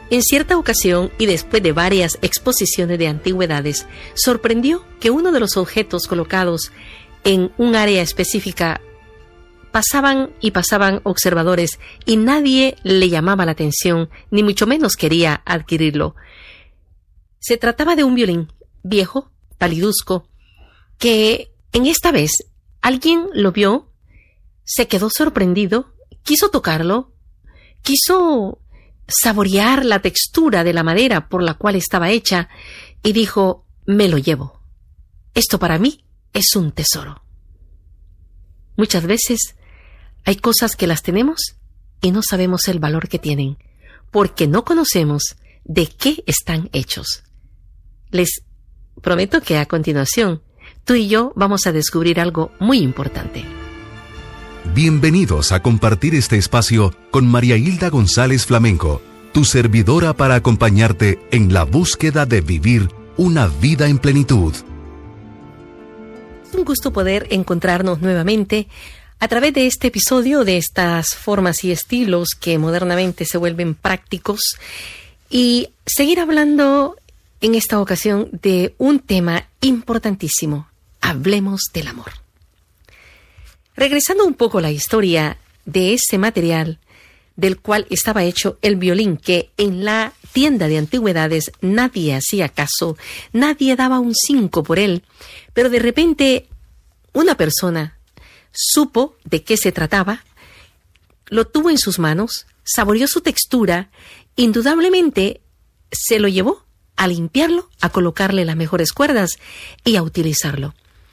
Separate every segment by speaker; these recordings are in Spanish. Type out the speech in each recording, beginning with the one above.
Speaker 1: En cierta ocasión, y después de varias exposiciones de antigüedades, sorprendió que uno de los objetos colocados en un área específica pasaban y pasaban observadores y nadie le llamaba la atención, ni mucho menos quería adquirirlo. Se trataba de un violín viejo, paliduzco, que en esta vez alguien lo vio, se quedó sorprendido, quiso tocarlo, quiso saborear la textura de la madera por la cual estaba hecha y dijo: me lo llevo. Esto para mí es un tesoro. Muchas veces hay cosas que las tenemos y no sabemos el valor que tienen, porque no conocemos de qué están hechos. Les prometo que a continuación, tú y yo vamos a descubrir algo muy importante.
Speaker 2: Bienvenidos a compartir este espacio con María Hilda González Flamenco, tu servidora para acompañarte en la búsqueda de vivir una vida en plenitud.
Speaker 1: Es un gusto poder encontrarnos nuevamente a través de este episodio, de estas formas y estilos que modernamente se vuelven prácticos, y seguir hablando en esta ocasión de un tema importantísimo. Hablemos del amor. Regresando un poco a la historia de ese material del cual estaba hecho el violín, que en la tienda de antigüedades nadie hacía caso, nadie daba un 5 por él, pero de repente una persona supo de qué se trataba, lo tuvo en sus manos, saboreó su textura, indudablemente se lo llevó a limpiarlo, a colocarle las mejores cuerdas y a utilizarlo.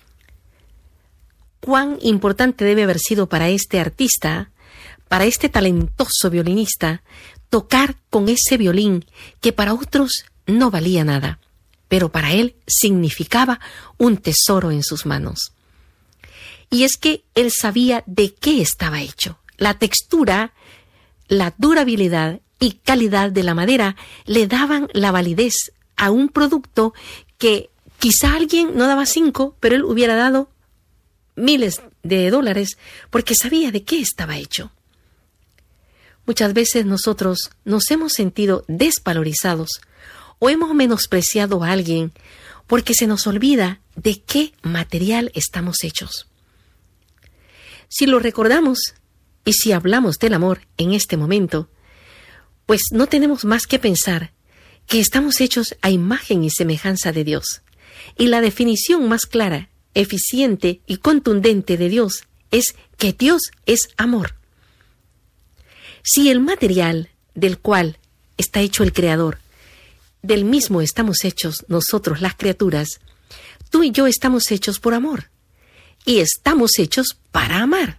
Speaker 1: Cuán importante debe haber sido para este artista, para este talentoso violinista, tocar con ese violín que para otros no valía nada, pero para él significaba un tesoro en sus manos. Y es que él sabía de qué estaba hecho. La textura, la durabilidad y calidad de la madera le daban la validez a un producto que quizá alguien no daba 5, pero él hubiera dado miles de dólares porque sabía de qué estaba hecho. Muchas veces nosotros nos hemos sentido desvalorizados o hemos menospreciado a alguien porque se nos olvida de qué material estamos hechos. Si lo recordamos y si hablamos del amor en este momento, pues no tenemos más que pensar que estamos hechos a imagen y semejanza de Dios. Y la definición más clara, eficiente y contundente de Dios es que Dios es amor. Si el material del cual está hecho el Creador, del mismo estamos hechos nosotros las criaturas, tú y yo estamos hechos por amor y estamos hechos para amar.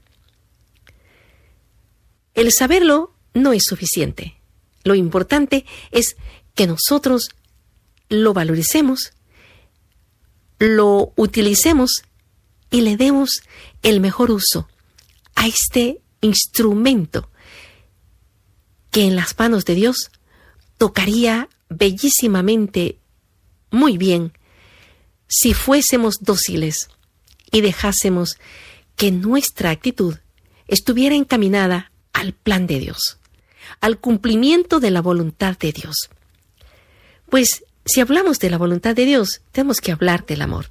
Speaker 1: El saberlo no es suficiente. Lo importante es que nosotros lo valoricemos, lo utilicemos y le demos el mejor uso a este instrumento que en las manos de Dios tocaría bellísimamente muy bien si fuésemos dóciles y dejásemos que nuestra actitud estuviera encaminada al plan de Dios, al cumplimiento de la voluntad de Dios. Pues si hablamos de la voluntad de Dios, tenemos que hablar del amor.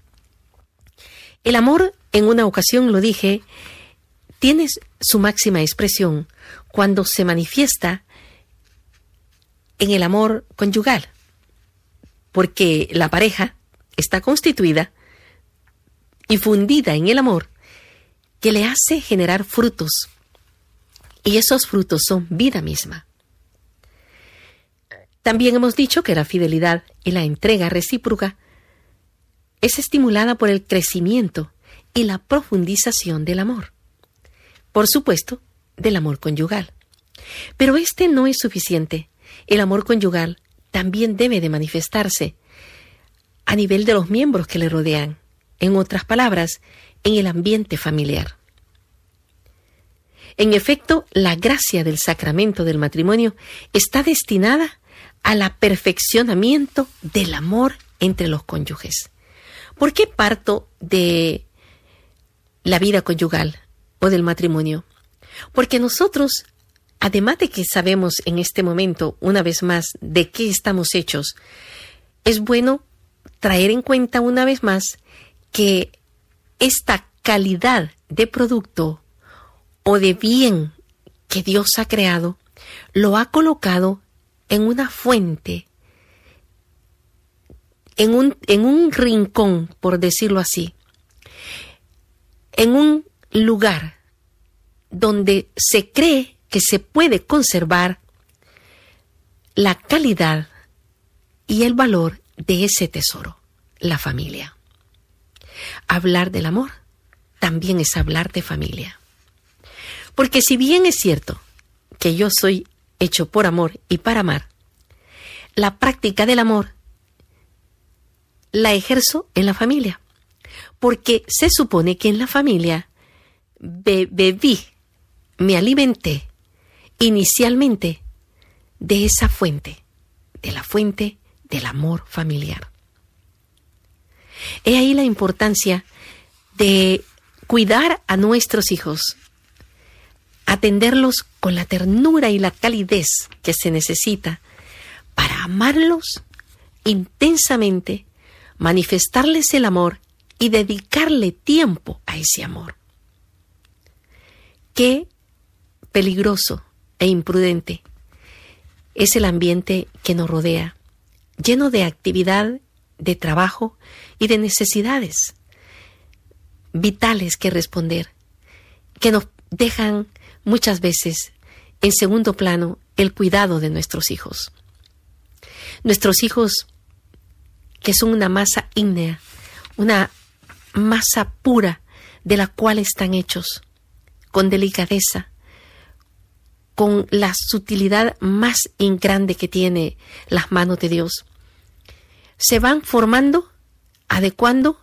Speaker 1: El amor, en una ocasión lo dije, tiene su máxima expresión cuando se manifiesta en el amor conyugal, porque la pareja está constituida y fundida en el amor que le hace generar frutos, y esos frutos son vida misma. También hemos dicho que la fidelidad y la entrega recíproca es estimulada por el crecimiento y la profundización del amor. Por supuesto, del amor conyugal. Pero este no es suficiente. El amor conyugal también debe de manifestarse a nivel de los miembros que le rodean. En otras palabras, en el ambiente familiar. En efecto, la gracia del sacramento del matrimonio está destinada al perfeccionamiento del amor entre los cónyuges. ¿Por qué parto de la vida conyugal o del matrimonio? Porque nosotros además de que sabemos en este momento, una vez más, de qué estamos hechos, es bueno traer en cuenta una vez más que esta calidad de producto o de bien que Dios ha creado, lo ha colocado en una fuente, en un rincón, por decirlo así, en un lugar donde se cree que se puede conservar la calidad y el valor de ese tesoro, la familia. Hablar del amor también es hablar de familia. Porque si bien es cierto que yo soy hecho por amor y para amar, la práctica del amor la ejerzo en la familia. Porque se supone que en la familia bebí, me alimenté inicialmente de esa fuente, de la fuente del amor familiar. He ahí la importancia de cuidar a nuestros hijos, atenderlos con la ternura y la calidez que se necesita para amarlos intensamente, manifestarles el amor y dedicarle tiempo a ese amor. Qué peligroso e imprudente es el ambiente que nos rodea, lleno de actividad, de trabajo y de necesidades vitales que responder, que nos dejan muchas veces en segundo plano el cuidado de nuestros hijos. Nuestros hijos, que son una masa ígnea, una masa pura de la cual están hechos, con delicadeza, con la sutilidad más grande que tiene las manos de Dios, se van formando, adecuando,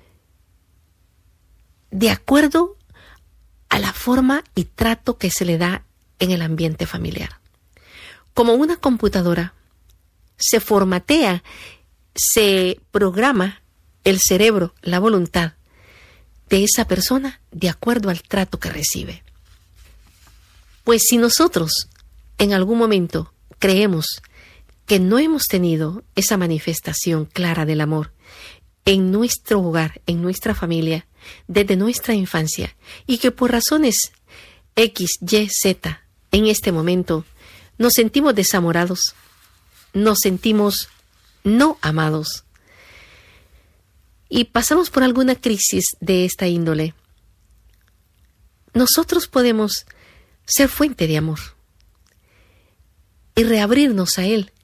Speaker 1: de acuerdo a la forma y trato que se le da en el ambiente familiar. Como una computadora, se formatea, se programa el cerebro, la voluntad de esa persona de acuerdo al trato que recibe. Pues si nosotros en algún momento creemos que no hemos tenido esa manifestación clara del amor en nuestro hogar, en nuestra familia, desde nuestra infancia, y que por razones X, Y, Z, en este momento nos sentimos desamorados, nos sentimos no amados, y pasamos por alguna crisis de esta índole, nosotros podemos ser fuente de amor y reabrirnos a Él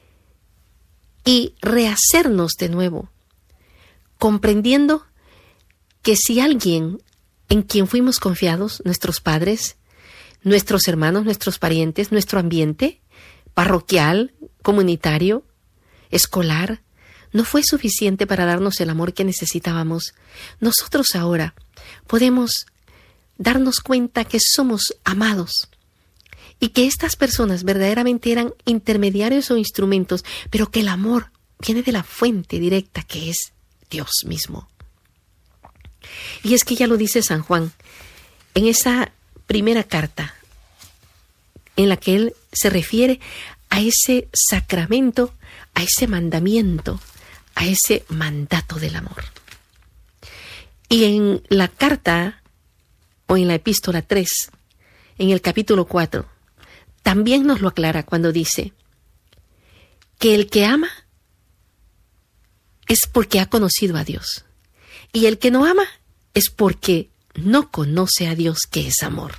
Speaker 1: y rehacernos de nuevo, comprendiendo que si alguien en quien fuimos confiados, nuestros padres, nuestros hermanos, nuestros parientes, nuestro ambiente parroquial, comunitario, escolar, no fue suficiente para darnos el amor que necesitábamos, nosotros ahora podemos darnos cuenta que somos amados y que estas personas verdaderamente eran intermediarios o instrumentos, pero que el amor viene de la fuente directa que es Dios mismo. Y es que ya lo dice San Juan en esa primera carta en la que él se refiere a ese sacramento, a ese mandamiento, a ese mandato del amor. Y en la carta o en la epístola 3, en el capítulo 4, también nos lo aclara cuando dice que el que ama es porque ha conocido a Dios, y el que no ama es porque no conoce a Dios, que es amor.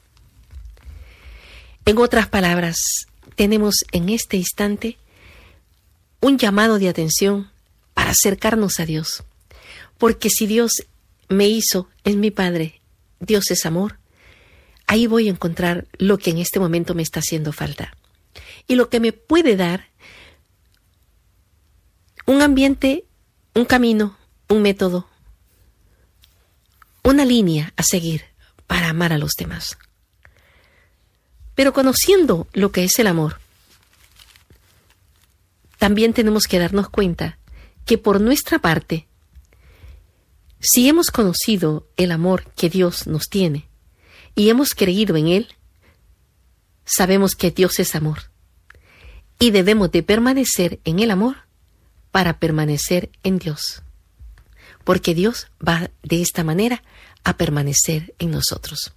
Speaker 1: En otras palabras, tenemos en este instante un llamado de atención para acercarnos a Dios, porque si Dios me hizo, es mi Padre, Dios es amor, ahí voy a encontrar lo que en este momento me está haciendo falta. Y lo que me puede dar un ambiente, un camino, un método, una línea a seguir para amar a los demás. Pero conociendo lo que es el amor, también tenemos que darnos cuenta que por nuestra parte, si hemos conocido el amor que Dios nos tiene y hemos creído en Él, sabemos que Dios es amor y debemos de permanecer en el amor para permanecer en Dios, porque Dios va de esta manera a permanecer en nosotros.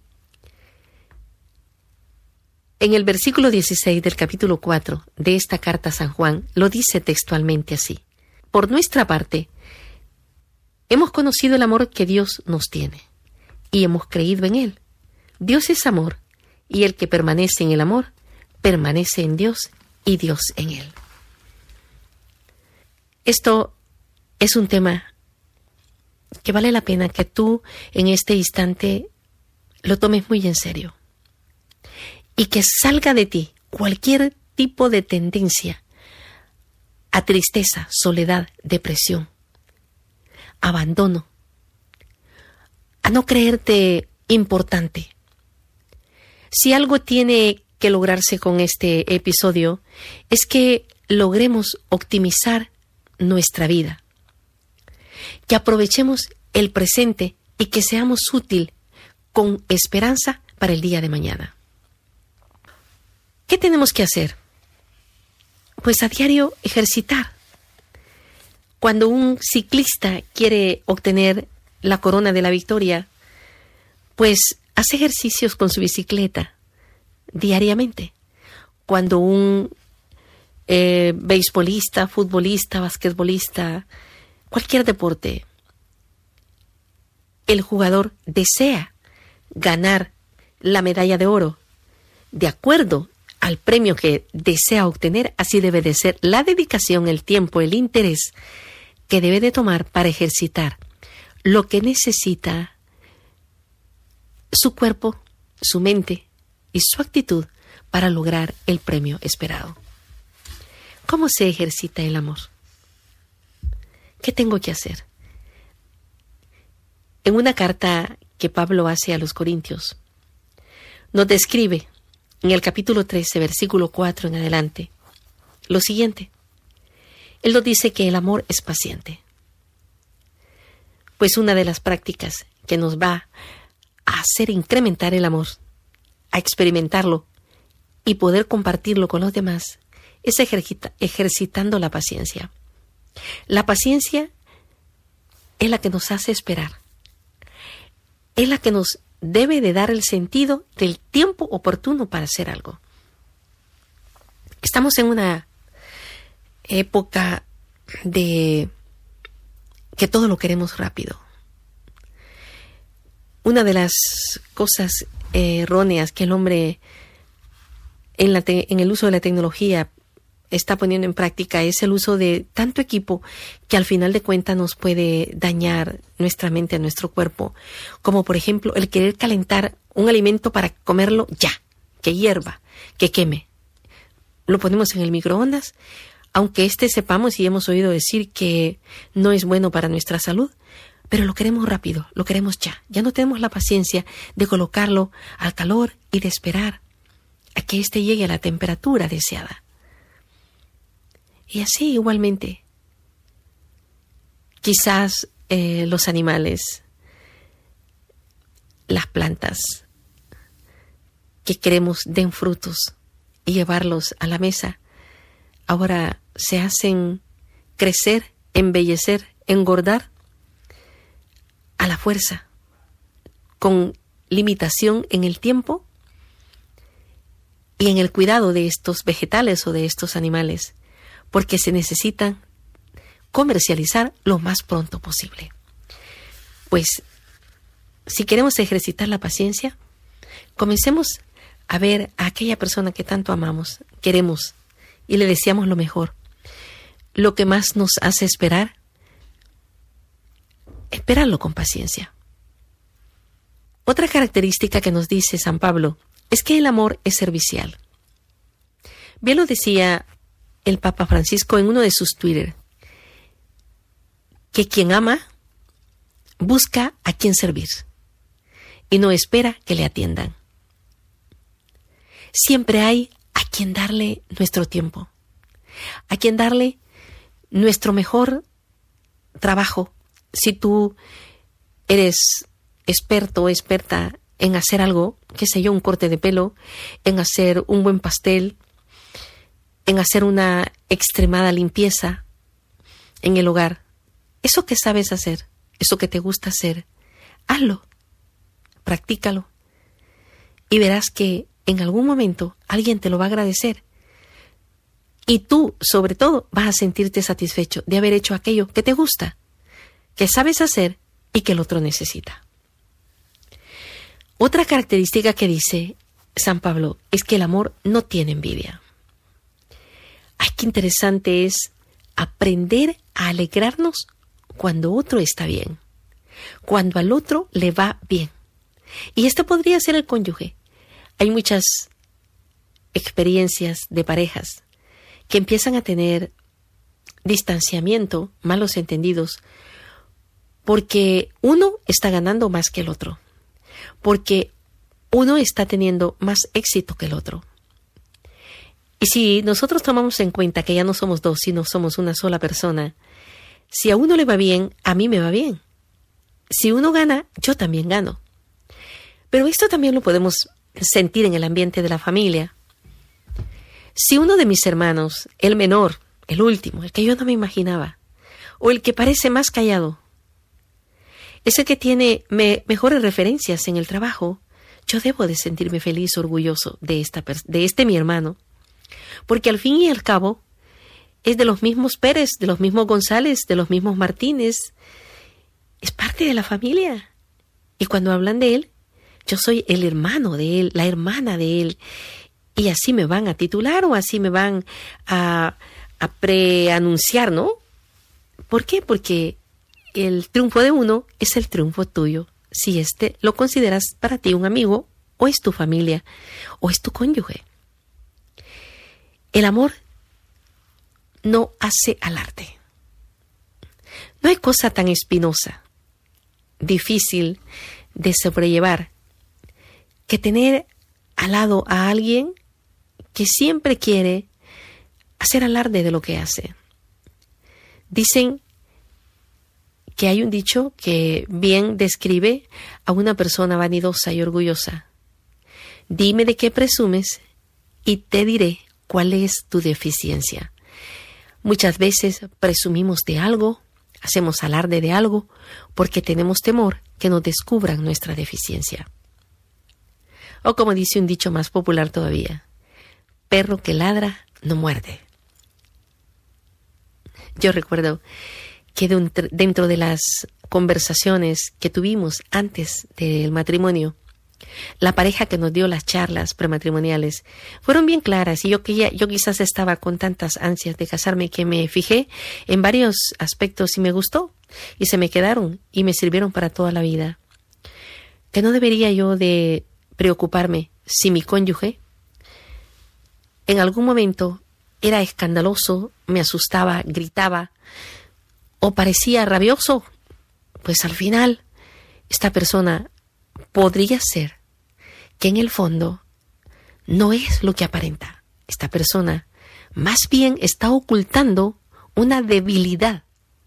Speaker 1: En el versículo 16 del capítulo 4 de esta carta a San Juan lo dice textualmente así: por nuestra parte, hemos conocido el amor que Dios nos tiene y hemos creído en Él. Dios es amor, y el que permanece en el amor, permanece en Dios y Dios en él. Esto es un tema que vale la pena que tú en este instante lo tomes muy en serio y que salga de ti cualquier tipo de tendencia a tristeza, soledad, depresión, abandono, a no creerte importante. Si algo tiene que lograrse con este episodio es que logremos optimizar nuestra vida, que aprovechemos el presente y que seamos útiles con esperanza para el día de mañana. ¿Qué tenemos que hacer? Pues a diario ejercitar. Cuando un ciclista quiere obtener la corona de la victoria, pues hace ejercicios con su bicicleta diariamente. Cuando un beisbolista, futbolista, basquetbolista, cualquier deporte, el jugador desea ganar la medalla de oro de acuerdo al premio que desea obtener, así debe de ser la dedicación, el tiempo, el interés que debe de tomar para ejercitar lo que necesita su cuerpo, su mente y su actitud para lograr el premio esperado. ¿Cómo se ejercita el amor? ¿Qué tengo que hacer? En una carta que Pablo hace a los Corintios, nos describe en el capítulo 13, versículo 4 en adelante, lo siguiente. Él nos dice que el amor es paciente. Pues una de las prácticas que nos va a hacer incrementar el amor, a experimentarlo y poder compartirlo con los demás, es ejercitando la paciencia. La paciencia es la que nos hace esperar. Es la que nos debe de dar el sentido del tiempo oportuno para hacer algo. Estamos en una época de que todo lo queremos rápido. Una de las cosas erróneas que el hombre en el uso de la tecnología está poniendo en práctica es el uso de tanto equipo que al final de cuentas nos puede dañar nuestra mente, nuestro cuerpo, como por ejemplo el querer calentar un alimento para comerlo ya, que hierva, que queme. Lo ponemos en el microondas, aunque sepamos y hemos oído decir que no es bueno para nuestra salud, pero lo queremos rápido, lo queremos ya. Ya no tenemos la paciencia de colocarlo al calor y de esperar a que llegue a la temperatura deseada. Y así igualmente, quizás los animales, las plantas, que queremos den frutos y llevarlos a la mesa, ahora se hacen crecer, embellecer, engordar a la fuerza, con limitación en el tiempo y en el cuidado de estos vegetales o de estos animales, porque se necesitan comercializar lo más pronto posible. Pues, si queremos ejercitar la paciencia, comencemos a ver a aquella persona que tanto amamos, queremos y le deseamos lo mejor. Lo que más nos hace esperar, esperarlo con paciencia. Otra característica que nos dice San Pablo es que el amor es servicial. Bien lo decía el Papa Francisco en uno de sus Twitter, que quien ama busca a quien servir y no espera que le atiendan. Siempre hay a quien darle nuestro tiempo, a quien darle nuestro mejor trabajo. Si tú eres experto o experta en hacer algo, qué sé yo, un corte de pelo, en hacer un buen pastel, en hacer una extremada limpieza en el hogar. Eso que sabes hacer, eso que te gusta hacer, hazlo, practícalo y verás que en algún momento alguien te lo va a agradecer. Y tú, sobre todo, vas a sentirte satisfecho de haber hecho aquello que te gusta, que sabes hacer y que el otro necesita. Otra característica que dice San Pablo es que el amor no tiene envidia. Ay, qué interesante es aprender a alegrarnos cuando otro está bien, cuando al otro le va bien. Y esto podría ser el cónyuge. Hay muchas experiencias de parejas que empiezan a tener distanciamiento, malos entendidos, porque uno está ganando más que el otro, porque uno está teniendo más éxito que el otro. Y si nosotros tomamos en cuenta que ya no somos dos, sino somos una sola persona, si a uno le va bien, a mí me va bien. Si uno gana, yo también gano. Pero esto también lo podemos sentir en el ambiente de la familia. Si uno de mis hermanos, el menor, el último, el que yo no me imaginaba, o el que parece más callado, es el que tiene mejores referencias en el trabajo, yo debo de sentirme feliz, orgulloso de este mi hermano, porque al fin y al cabo es de los mismos Pérez, de los mismos González, de los mismos Martínez, es parte de la familia. Y cuando hablan de él, yo soy el hermano de él, la hermana de él, y así me van a titular o así me van a preanunciar, ¿no? ¿Por qué? Porque el triunfo de uno es el triunfo tuyo, si lo consideras para ti un amigo, o es tu familia, o es tu cónyuge. El amor no hace alarde. No hay cosa tan espinosa, difícil de sobrellevar, que tener al lado a alguien que siempre quiere hacer alarde de lo que hace. Dicen que hay un dicho que bien describe a una persona vanidosa y orgullosa. Dime de qué presumes y te diré cuál es tu deficiencia. Muchas veces presumimos de algo, hacemos alarde de algo, porque tenemos temor que nos descubran nuestra deficiencia. O como dice un dicho más popular todavía, perro que ladra no muerde. Yo recuerdo que dentro de las conversaciones que tuvimos antes del matrimonio, la pareja que nos dio las charlas prematrimoniales fueron bien claras, y yo quizás estaba con tantas ansias de casarme que me fijé en varios aspectos y me gustó, y se me quedaron y me sirvieron para toda la vida. Que no debería yo de preocuparme si mi cónyuge en algún momento era escandaloso, me asustaba, gritaba o parecía rabioso. Pues al final esta persona podría ser que en el fondo no es lo que aparenta. Esta persona más bien está ocultando una debilidad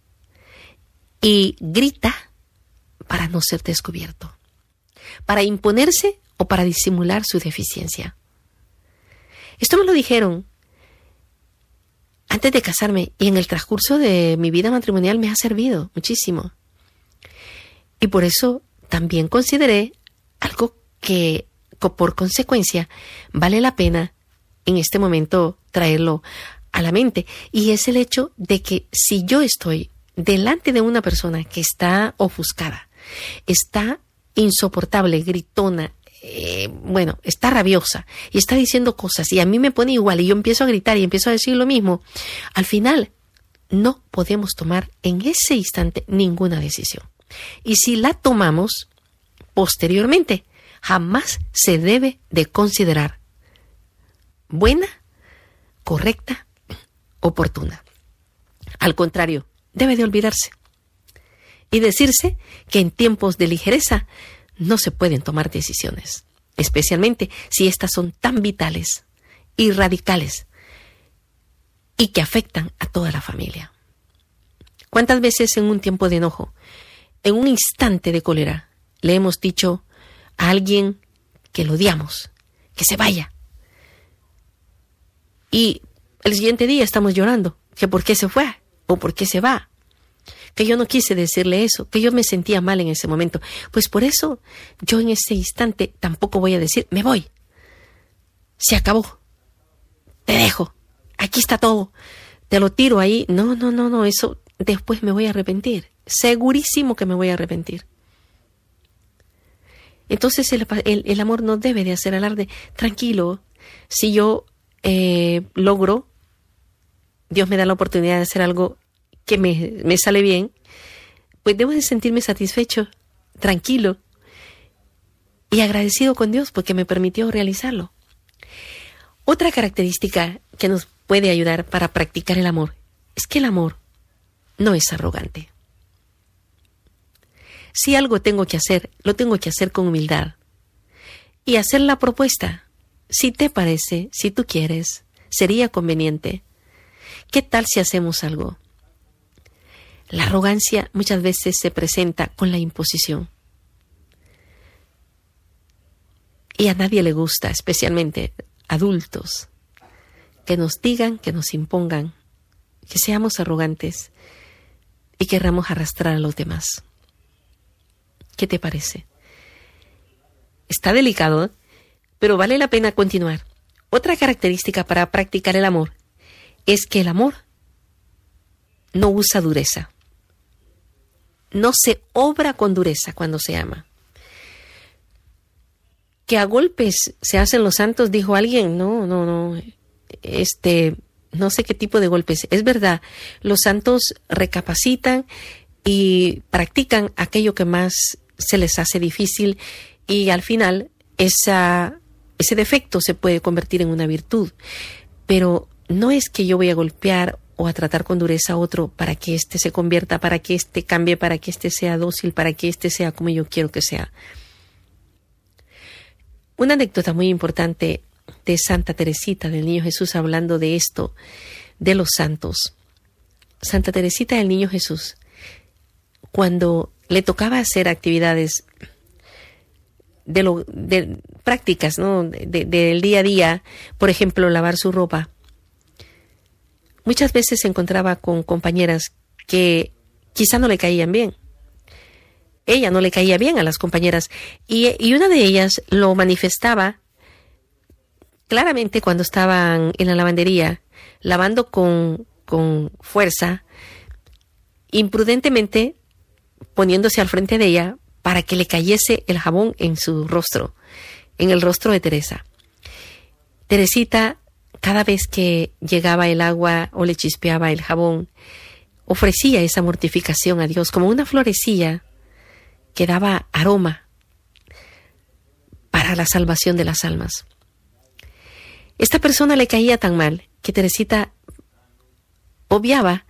Speaker 1: y grita para no ser descubierto, para imponerse o para disimular su deficiencia. Esto me lo dijeron antes de casarme, y en el transcurso de mi vida matrimonial me ha servido muchísimo. Y por eso también consideré algo que por consecuencia vale la pena en este momento traerlo a la mente, y es el hecho de que si yo estoy delante de una persona que está ofuscada, está insoportable, gritona, está rabiosa y está diciendo cosas y a mí me pone igual y yo empiezo a gritar y empiezo a decir lo mismo, al final no podemos tomar en ese instante ninguna decisión. Y si la tomamos posteriormente, jamás se debe de considerar buena, correcta, oportuna. Al contrario, debe de olvidarse y decirse que en tiempos de ligereza no se pueden tomar decisiones, especialmente si estas son tan vitales y radicales y que afectan a toda la familia. ¿Cuántas veces en un tiempo de enojo, en un instante de cólera, le hemos dicho a alguien que lo odiamos, que se vaya. Y el siguiente día estamos llorando, que por qué se fue o por qué se va. Que yo no quise decirle eso, que yo me sentía mal en ese momento. Pues por eso yo en ese instante tampoco voy a decir, me voy. Se acabó. Te dejo. Aquí está todo. Te lo tiro ahí. No, eso después me voy a arrepentir. Segurísimo que me voy a arrepentir. Entonces el amor no debe de hacer alarde. Tranquilo, si yo logro, Dios me da la oportunidad de hacer algo que me sale bien, pues debo de sentirme satisfecho, tranquilo y agradecido con Dios porque me permitió realizarlo. Otra característica que nos puede ayudar para practicar el amor es que el amor no es arrogante. Si algo tengo que hacer, lo tengo que hacer con humildad y hacer la propuesta. Si te parece, si tú quieres, sería conveniente. ¿Qué tal si hacemos algo? La arrogancia muchas veces se presenta con la imposición. Y a nadie le gusta, especialmente adultos, que nos digan, que nos impongan, que seamos arrogantes y querramos arrastrar a los demás. ¿Qué te parece? Está delicado, pero vale la pena continuar. Otra característica para practicar el amor es que el amor no usa dureza. No se obra con dureza cuando se ama. Que a golpes se hacen los santos, dijo alguien. No. No sé qué tipo de golpes. Es verdad, los santos recapacitan y practican aquello que más se les hace difícil y al final ese defecto se puede convertir en una virtud. Pero no es que yo voy a golpear o a tratar con dureza a otro para que éste se convierta, para que éste cambie, para que éste sea dócil, para que éste sea como yo quiero que sea. Una anécdota muy importante de Santa Teresita del Niño Jesús hablando de esto, de los santos. Santa Teresita del Niño Jesús, cuando le tocaba hacer actividades de prácticas, ¿no? Del día a día, por ejemplo, lavar su ropa, muchas veces se encontraba con compañeras que quizá no le caían bien. Ella no le caía bien a las compañeras y una de ellas lo manifestaba claramente cuando estaban en la lavandería, lavando con fuerza, imprudentemente poniéndose al frente de ella para que le cayese el jabón en su rostro, en el rostro de Teresa. Teresita, cada vez que llegaba el agua o le chispeaba el jabón, ofrecía esa mortificación a Dios como una florecilla que daba aroma para la salvación de las almas. Esta persona le caía tan mal que Teresita obviaba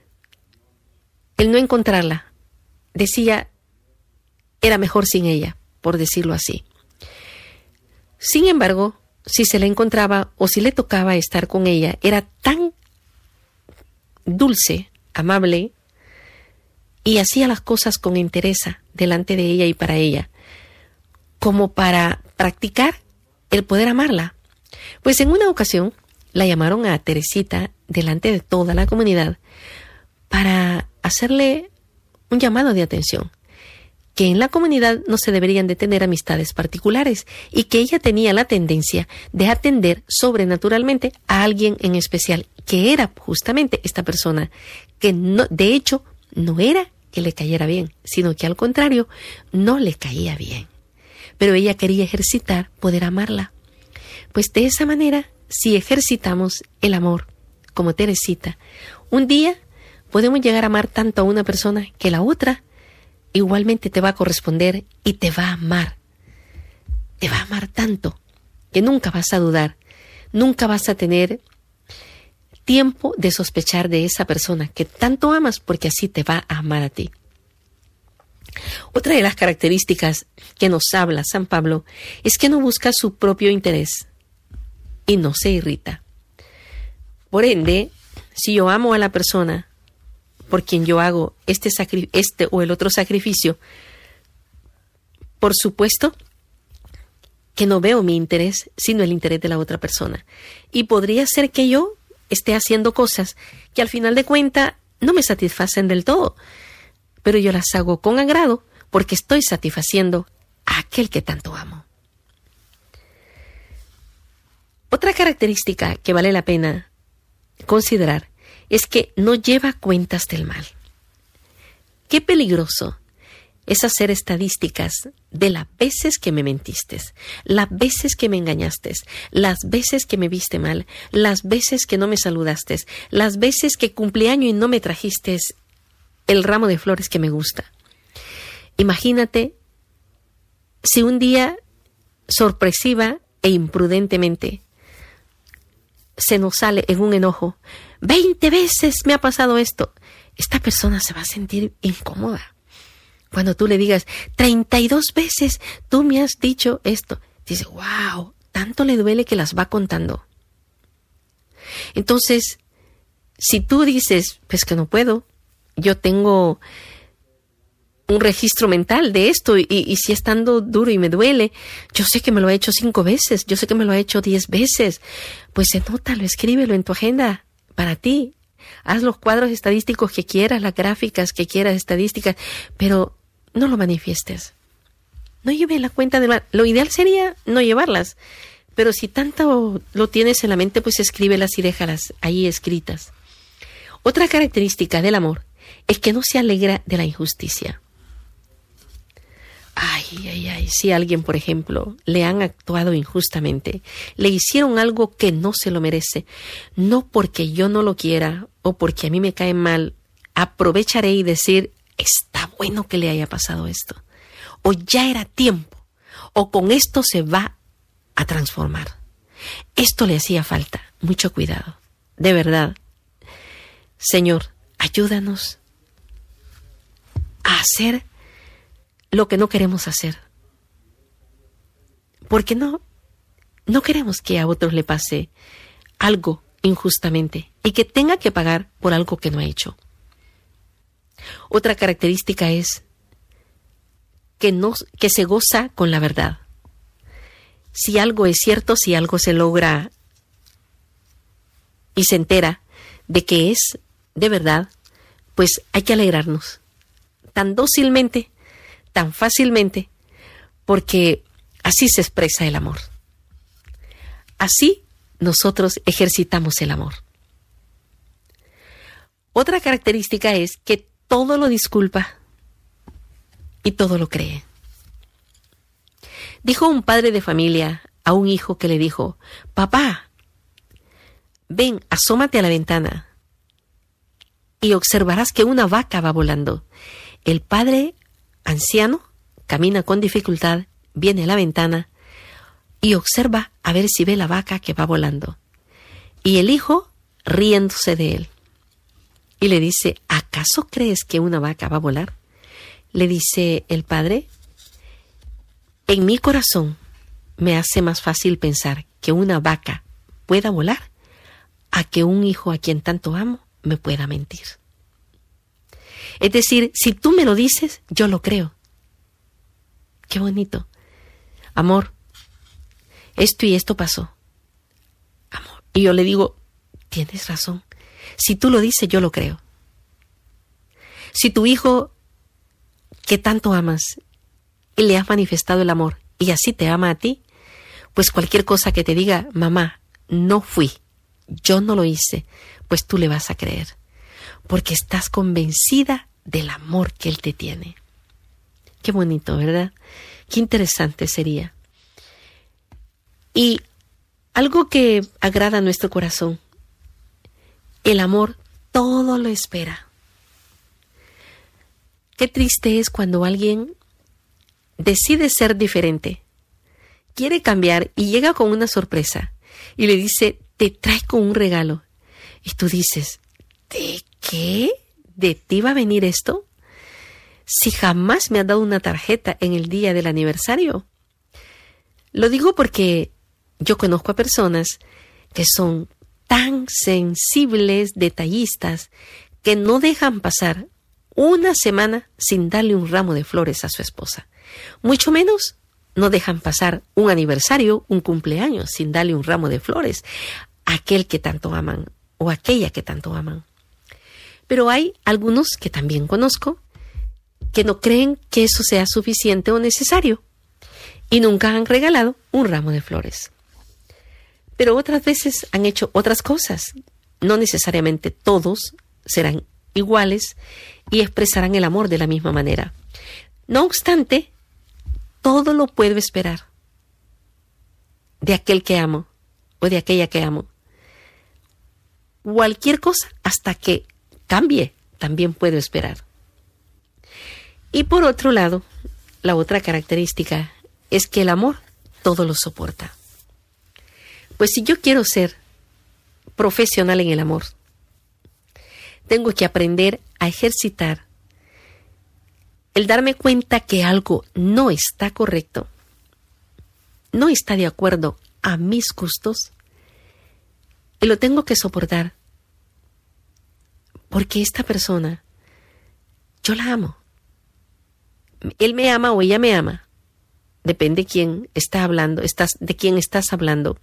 Speaker 1: el no encontrarla. Decía, era mejor sin ella, por decirlo así. Sin embargo, si se le encontraba o si le tocaba estar con ella, era tan dulce, amable, y hacía las cosas con entereza delante de ella y para ella, como para practicar el poder amarla. Pues en una ocasión la llamaron a Teresita delante de toda la comunidad para hacerle un llamado de atención, que en la comunidad no se deberían de tener amistades particulares y que ella tenía la tendencia de atender sobrenaturalmente a alguien en especial, que era justamente esta persona, que no, de hecho no era que le cayera bien, sino que al contrario, no le caía bien. Pero ella quería ejercitar poder amarla. Pues de esa manera, si ejercitamos el amor, como Teresita, un día podemos llegar a amar tanto a una persona que la otra igualmente te va a corresponder y te va a amar. Te va a amar tanto que nunca vas a dudar, nunca vas a tener tiempo de sospechar de esa persona que tanto amas, porque así te va a amar a ti. Otra de las características que nos habla San Pablo es que no busca su propio interés y no se irrita. Por ende, si yo amo a la persona por quien yo hago este o el otro sacrificio, por supuesto que no veo mi interés, sino el interés de la otra persona. Y podría ser que yo esté haciendo cosas que al final de cuentas no me satisfacen del todo, pero yo las hago con agrado porque estoy satisfaciendo a aquel que tanto amo. Otra característica que vale la pena considerar es que no lleva cuentas del mal. Qué peligroso es hacer estadísticas de las veces que me mentiste, las veces que me engañaste, las veces que me viste mal, las veces que no me saludaste, las veces que cumpleaños y no me trajiste el ramo de flores que me gusta. Imagínate si un día sorpresiva e imprudentemente se nos sale en un enojo, 20 veces me ha pasado esto. Esta persona se va a sentir incómoda. Cuando tú le digas, 32 veces tú me has dicho esto, dice, wow, tanto le duele que las va contando. Entonces, si tú dices, pues que no puedo, yo tengo un registro mental de esto y si estando duro y me duele, yo sé que me lo ha hecho 5 veces, yo sé que me lo ha hecho 10 veces, pues anótalo, escríbelo en tu agenda para ti. Haz los cuadros estadísticos que quieras, las gráficas que quieras, estadísticas, pero no lo manifiestes. No lleves la cuenta de mal. Lo ideal sería no llevarlas, pero si tanto lo tienes en la mente, pues escríbelas y déjalas ahí escritas. Otra característica del amor es que no se alegra de la injusticia. Si a alguien, por ejemplo, le han actuado injustamente, le hicieron algo que no se lo merece, no porque yo no lo quiera o porque a mí me cae mal, aprovecharé y decir, está bueno que le haya pasado esto, o ya era tiempo, o con esto se va a transformar. Esto le hacía falta. Mucho cuidado. De verdad. Señor, ayúdanos a hacer lo que no queremos hacer. Porque no queremos que a otros le pase algo injustamente y que tenga que pagar por algo que no ha hecho. Otra característica es que se goza con la verdad. Si algo es cierto, si algo se logra y se entera de que es de verdad, pues hay que alegrarnos tan dócilmente, tan fácilmente, porque así se expresa el amor. Así nosotros ejercitamos el amor. Otra característica es que todo lo disculpa y todo lo cree. Dijo un padre de familia a un hijo que le dijo, papá, ven, asómate a la ventana y observarás que una vaca va volando. El padre anciano camina con dificultad, viene a la ventana y observa a ver si ve la vaca que va volando. Y el hijo riéndose de él. Y le dice, ¿acaso crees que una vaca va a volar? Le dice el padre, en mi corazón me hace más fácil pensar que una vaca pueda volar a que un hijo a quien tanto amo me pueda mentir. Es decir, si tú me lo dices, yo lo creo. Qué bonito. Amor, esto y esto pasó. Amor. Y yo le digo, tienes razón. Si tú lo dices, yo lo creo. Si tu hijo, que tanto amas, y le has manifestado el amor, y así te ama a ti, pues cualquier cosa que te diga, mamá, no fui, yo no lo hice, pues tú le vas a creer. Porque estás convencida del amor que él te tiene. Qué bonito, ¿verdad? Qué interesante sería. Y algo que agrada a nuestro corazón, el amor todo lo espera. Qué triste es cuando alguien decide ser diferente, quiere cambiar y llega con una sorpresa y le dice, te traigo un regalo. Y tú dices, ¿de qué? ¿De ti va a venir esto? Si jamás me has dado una tarjeta en el día del aniversario. Lo digo porque yo conozco a personas que son tan sensibles, detallistas, que no dejan pasar una semana sin darle un ramo de flores a su esposa. Mucho menos no dejan pasar un aniversario, un cumpleaños, sin darle un ramo de flores a aquel que tanto aman o a aquella que tanto aman. Pero hay algunos que también conozco que no creen que eso sea suficiente o necesario y nunca han regalado un ramo de flores. Pero otras veces han hecho otras cosas. No necesariamente todos serán iguales y expresarán el amor de la misma manera. No obstante, todo lo puedo esperar de aquel que amo o de aquella que amo. Cualquier cosa hasta que cambie, también puedo esperar. Y por otro lado, la otra característica es que el amor todo lo soporta. Pues si yo quiero ser profesional en el amor, tengo que aprender a ejercitar el darme cuenta que algo no está correcto, no está de acuerdo a mis gustos, y lo tengo que soportar, porque esta persona, yo la amo. Él me ama o ella me ama. Depende de quién está hablando, de quién estás hablando.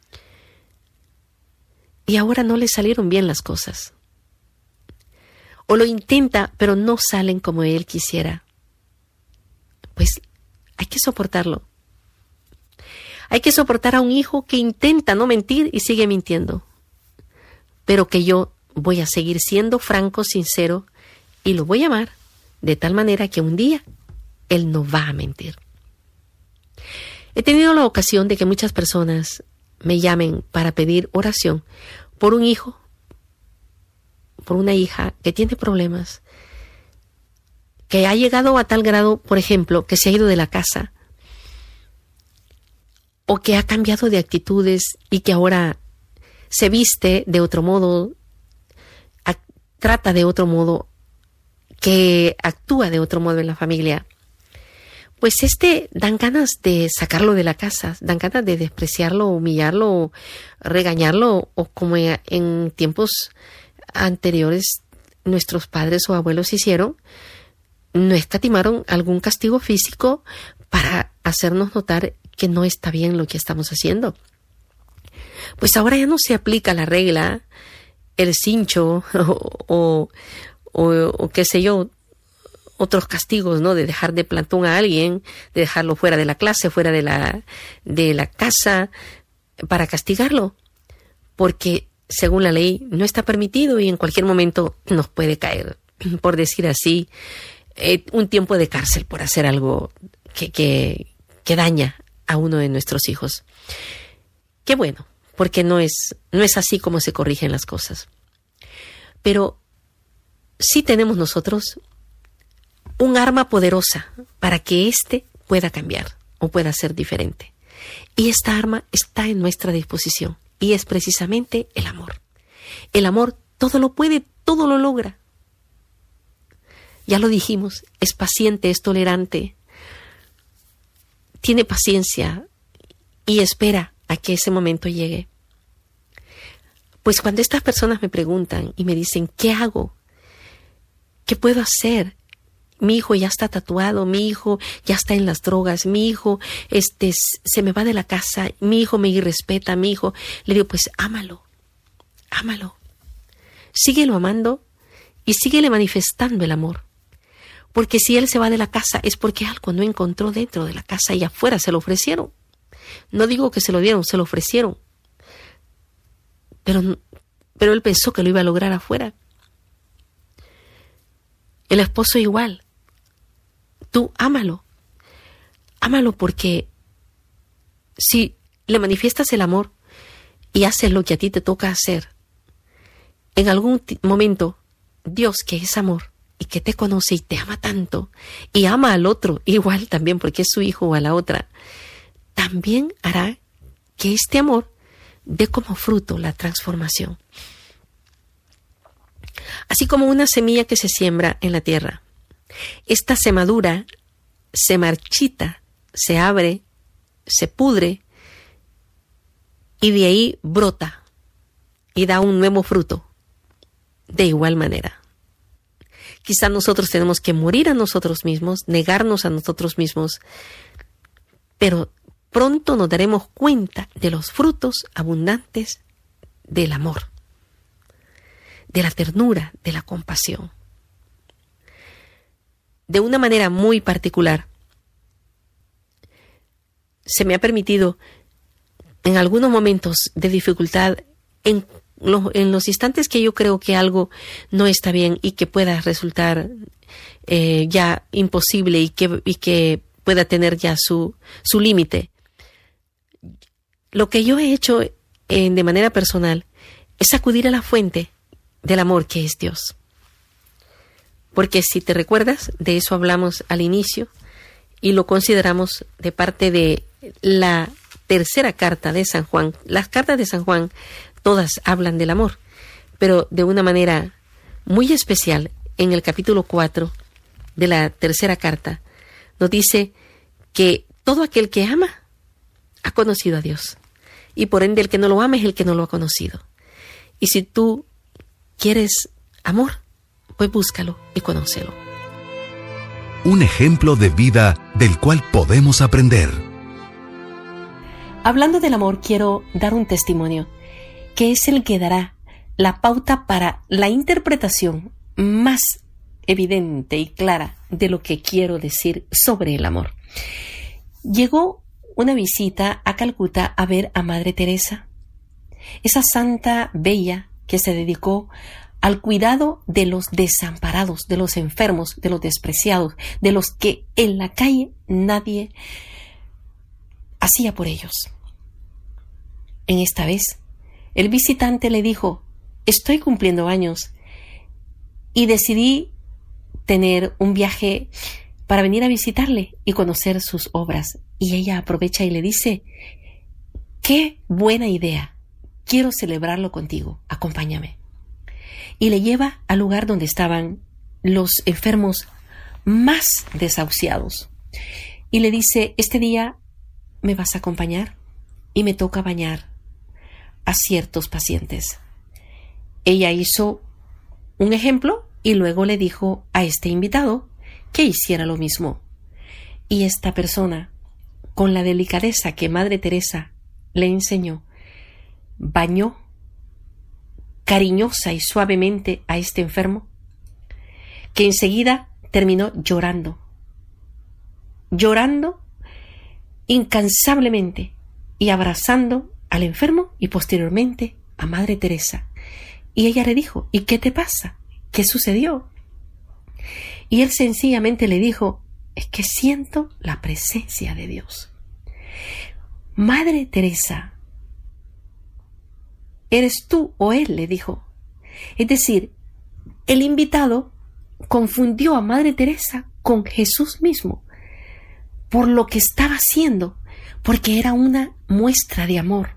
Speaker 1: Y ahora no le salieron bien las cosas. O lo intenta, pero no salen como él quisiera. Pues hay que soportarlo. Hay que soportar a un hijo que intenta no mentir y sigue mintiendo. Pero que yo voy a seguir siendo franco, sincero, y lo voy a amar de tal manera que un día él no va a mentir. He tenido la ocasión de que muchas personas me llamen para pedir oración por un hijo, por una hija que tiene problemas, que ha llegado a tal grado, por ejemplo, que se ha ido de la casa, o que ha cambiado de actitudes y que ahora se viste de otro modo, trata de otro modo, que actúa de otro modo en la familia. Pues dan ganas de sacarlo de la casa, dan ganas de despreciarlo, humillarlo, regañarlo, o como en tiempos anteriores nuestros padres o abuelos hicieron, no escatimaron algún castigo físico para hacernos notar que no está bien lo que estamos haciendo. Pues ahora ya no se aplica la regla, el cincho o qué sé yo, otros castigos, ¿no? De dejar de plantón a alguien, de dejarlo fuera de la clase, fuera de la casa, para castigarlo. Porque según la ley no está permitido y en cualquier momento nos puede caer, por decir así, un tiempo de cárcel por hacer algo que daña a uno de nuestros hijos. Qué bueno, porque no es así como se corrigen las cosas. Pero sí tenemos nosotros un arma poderosa para que éste pueda cambiar o pueda ser diferente. Y esta arma está en nuestra disposición y es precisamente el amor. El amor todo lo puede, todo lo logra. Ya lo dijimos, es paciente, es tolerante, tiene paciencia y espera a que ese momento llegue. Pues cuando estas personas me preguntan y me dicen, ¿qué hago? ¿Qué puedo hacer? Mi hijo ya está tatuado, mi hijo ya está en las drogas, mi hijo se me va de la casa, mi hijo me irrespeta, mi hijo... Le digo, pues ámalo, ámalo. Síguelo amando y síguele manifestando el amor. Porque si él se va de la casa es porque algo no encontró dentro de la casa y afuera se lo ofrecieron. No digo que se lo dieron, se lo ofrecieron. Pero él pensó que lo iba a lograr afuera. El esposo igual. Tú ámalo. Ámalo porque si le manifiestas el amor y haces lo que a ti te toca hacer, en algún momento Dios, que es amor y que te conoce y te ama tanto y ama al otro igual también porque es su hijo o a la otra, también hará que este amor dé como fruto la transformación. Así como una semilla que se siembra en la tierra. Esta se madura, se marchita, se abre, se pudre y de ahí brota y da un nuevo fruto. De igual manera. Quizá nosotros tenemos que morir a nosotros mismos, negarnos a nosotros mismos pero pronto nos daremos cuenta de los frutos abundantes del amor, de la ternura, de la compasión. De una manera muy particular, se me ha permitido en algunos momentos de dificultad, en los instantes que yo creo que algo no está bien y que pueda resultar ya imposible y que pueda tener ya su límite. Lo que yo he hecho de manera personal es acudir a la fuente del amor que es Dios. Porque si te recuerdas, de eso hablamos al inicio y lo consideramos de parte de la tercera carta de San Juan. Las cartas de San Juan todas hablan del amor, pero de una manera muy especial en el capítulo 4 de la tercera carta nos dice que todo aquel que ama ha conocido a Dios y por ende el que no lo ama es el que no lo ha conocido. Y si tú quieres amor, pues búscalo y conócelo.
Speaker 2: Un ejemplo de vida del cual podemos aprender.
Speaker 1: Hablando del amor, quiero dar un testimonio que es el que dará la pauta para la interpretación más evidente y clara de lo que quiero decir sobre el amor. Llegó una visita a Calcuta a ver a Madre Teresa, esa santa bella que se dedicó al cuidado de los desamparados, de los enfermos, de los despreciados, de los que en la calle nadie hacía por ellos. En esta vez, el visitante le dijo: estoy cumpliendo años y decidí tener un viaje para venir a visitarle y conocer sus obras. Y ella aprovecha y le dice: ¡qué buena idea! Quiero celebrarlo contigo, acompáñame. Y le lleva al lugar donde estaban los enfermos más desahuciados. Y le dice: este día me vas a acompañar y me toca bañar a ciertos pacientes. Ella hizo un ejemplo y luego le dijo a este invitado que hiciera lo mismo. Y esta persona, con la delicadeza que Madre Teresa le enseñó, bañó cariñosa y suavemente a este enfermo, que enseguida terminó llorando incansablemente y abrazando al enfermo y posteriormente a Madre Teresa. Y ella le dijo: ¿y qué te pasa? ¿Qué sucedió? Y él sencillamente le dijo: es que siento la presencia de Dios. Madre Teresa, ¿eres tú o él?, le dijo. Es decir, el invitado confundió a Madre Teresa con Jesús mismo por lo que estaba haciendo, porque era una muestra de amor.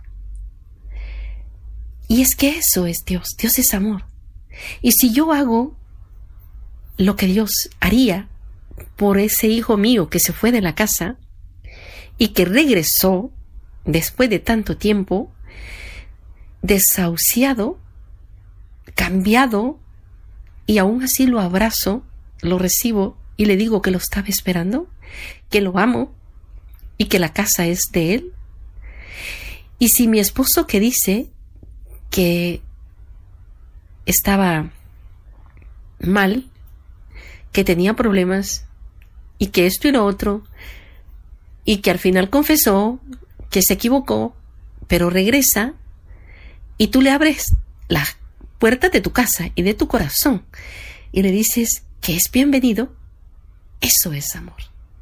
Speaker 1: Y es que eso es Dios. Dios es amor. Y si yo hago lo que Dios haría por ese hijo mío que se fue de la casa y que regresó después de tanto tiempo, desahuciado, cambiado, y aún así lo abrazo, lo recibo y le digo que lo estaba esperando, que lo amo y que la casa es de él. Y si mi esposo, que dice que estaba mal, que tenía problemas y que esto y lo otro, y que al final confesó que se equivocó, pero regresa, y tú le abres las puertas de tu casa y de tu corazón y le dices que es bienvenido, eso es amor.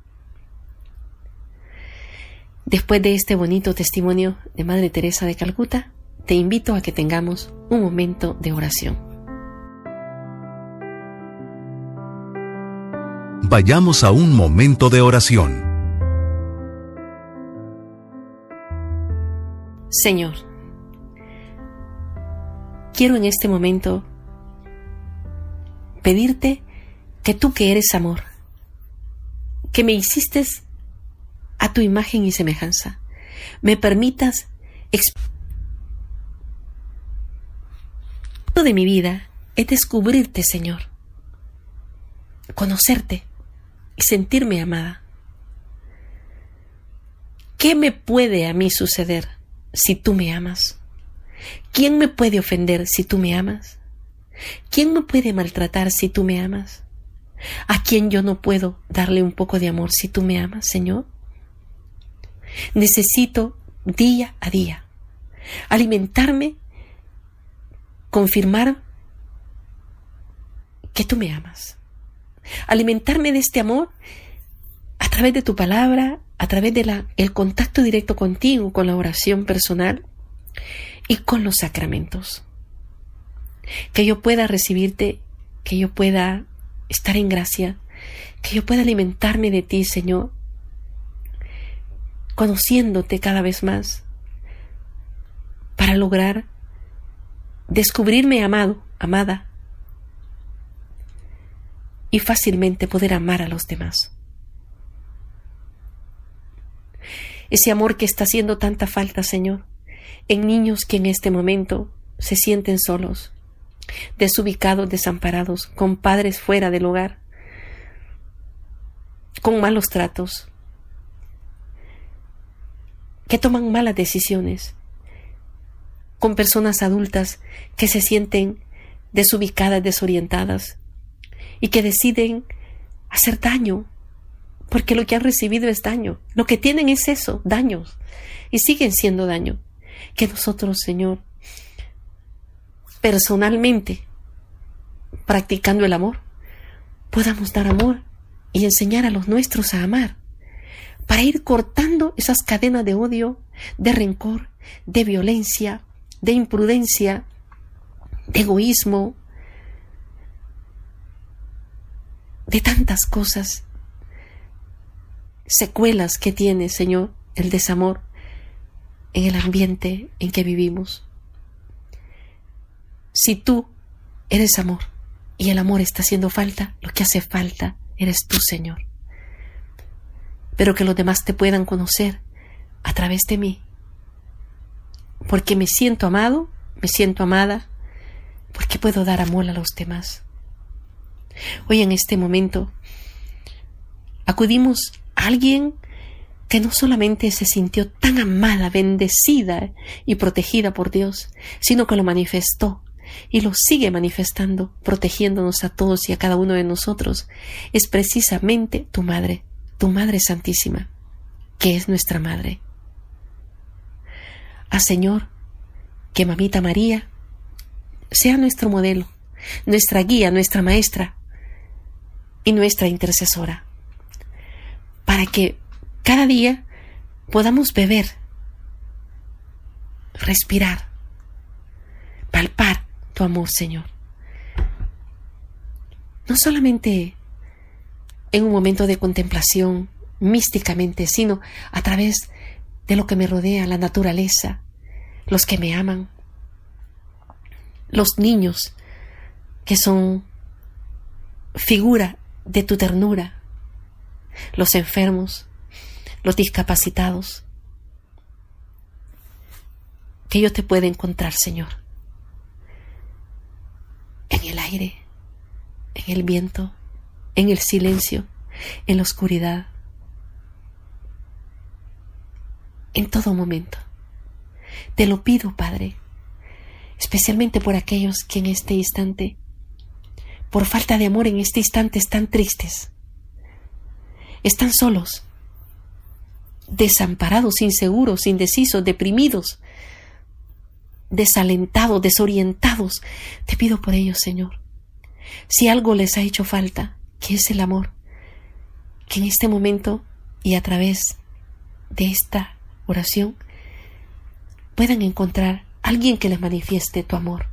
Speaker 1: Después de este bonito testimonio de Madre Teresa de Calcuta, te invito a que tengamos un momento de oración.
Speaker 2: Vayamos a un momento de oración.
Speaker 1: Señor, quiero en este momento pedirte que tú, que eres amor, que me hiciste a tu imagen y semejanza, me permitas de mi vida es descubrirte, Señor, conocerte y sentirme amada. ¿qué me puede a mí suceder si tú me amas? ¿Quién me puede ofender si tú me amas? ¿Quién me puede maltratar si tú me amas? ¿A quién yo no puedo darle un poco de amor si tú me amas, Señor? Necesito día a día alimentarme, confirmar que tú me amas. Alimentarme de este amor a través de tu palabra, a través de el contacto directo contigo, con la oración personal y con los sacramentos. Que yo pueda recibirte, que yo pueda estar en gracia, que yo pueda alimentarme de ti, Señor, conociéndote cada vez más, para lograr descubrirme amado, amada, y fácilmente poder amar a los demás. Ese amor que está haciendo tanta falta, Señor, en niños que en este momento se sienten solos, desubicados, desamparados, con padres fuera del hogar, con malos tratos, que toman malas decisiones, con personas adultas que se sienten desubicadas, desorientadas y que deciden hacer daño, porque lo que han recibido es daño, lo que tienen es eso, daños, y siguen siendo daño. Que nosotros, Señor, personalmente, practicando el amor, podamos dar amor y enseñar a los nuestros a amar, para ir cortando esas cadenas de odio, de rencor, de violencia, de imprudencia, de egoísmo, de tantas cosas, secuelas que tiene, Señor, el desamor en el ambiente en que vivimos. Si tú eres amor y el amor está haciendo falta, lo que hace falta eres tú, Señor. Pero que los demás te puedan conocer a través de mí, porque me siento amado, me siento amada, porque puedo dar amor a los demás. Hoy en este momento acudimos a alguien que no solamente se sintió tan amada, bendecida y protegida por Dios, sino que lo manifestó y lo sigue manifestando, protegiéndonos a todos y a cada uno de nosotros. Es precisamente tu Madre Santísima, que es nuestra Madre. Señor, que Mamita María sea nuestro modelo, nuestra guía, nuestra maestra y nuestra intercesora, para que cada día podamos beber, respirar, palpar tu amor, Señor. No solamente en un momento de contemplación místicamente, sino a través de lo que me rodea, la naturaleza, los que me aman, los niños que son figura de tu ternura, los enfermos, los discapacitados, que yo te pueda encontrar, Señor, en el aire, en el viento, en el silencio, en la oscuridad, en todo momento. Te lo pido, Padre, especialmente por aquellos que en este instante, por falta de amor en este instante, están tristes, están solos, desamparados, inseguros, indecisos, deprimidos, desalentados, desorientados. Te pido por ellos, Señor. Si algo les ha hecho falta, que es el amor, que en este momento y a través de esta oración puedan encontrar a alguien que les manifieste tu amor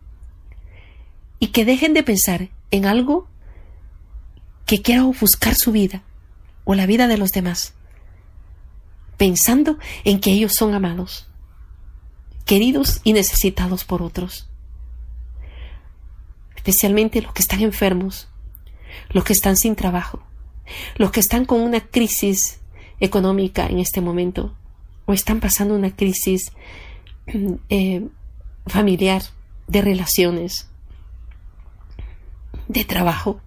Speaker 1: y que dejen de pensar en algo que quiera ofuscar su vida o la vida de los demás, pensando en que ellos son amados, queridos y necesitados por otros, especialmente los que están enfermos, los que están sin trabajo, los que están con una crisis económica en este momento o están pasando una crisis familiar, de relaciones, de trabajo.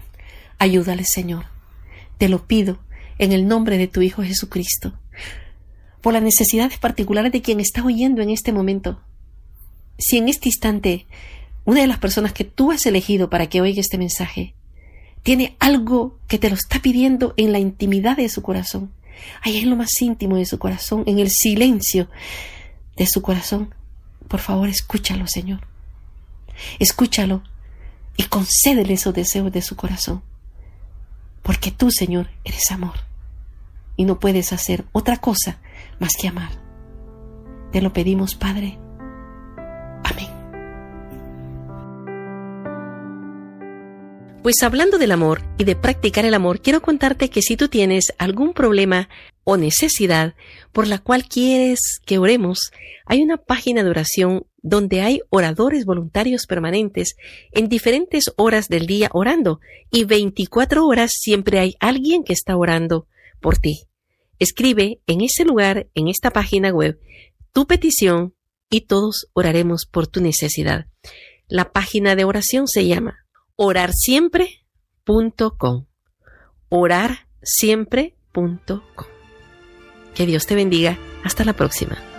Speaker 1: Ayúdales, Señor. Te lo pido en el nombre de tu Hijo Jesucristo, por las necesidades particulares de quien está oyendo en este momento. Si en este instante una de las personas que tú has elegido para que oiga este mensaje tiene algo que te lo está pidiendo en la intimidad de su corazón, allá en lo más íntimo de su corazón, en el silencio de su corazón, por favor, escúchalo, Señor. Escúchalo y concédele esos deseos de su corazón. Porque tú, Señor, eres amor y no puedes hacer otra cosa más que amar. Te lo pedimos, Padre. Amén. Pues hablando del amor y de practicar el amor, quiero contarte que si tú tienes algún problema o necesidad por la cual quieres que oremos, hay una página de oración donde hay oradores voluntarios permanentes en diferentes horas del día orando, y 24 horas siempre hay alguien que está orando por ti. Escribe en ese lugar, en esta página web, tu petición y todos oraremos por tu necesidad. La página de oración se llama orarsiempre.com. orarsiempre.com. Que Dios te bendiga. Hasta la próxima.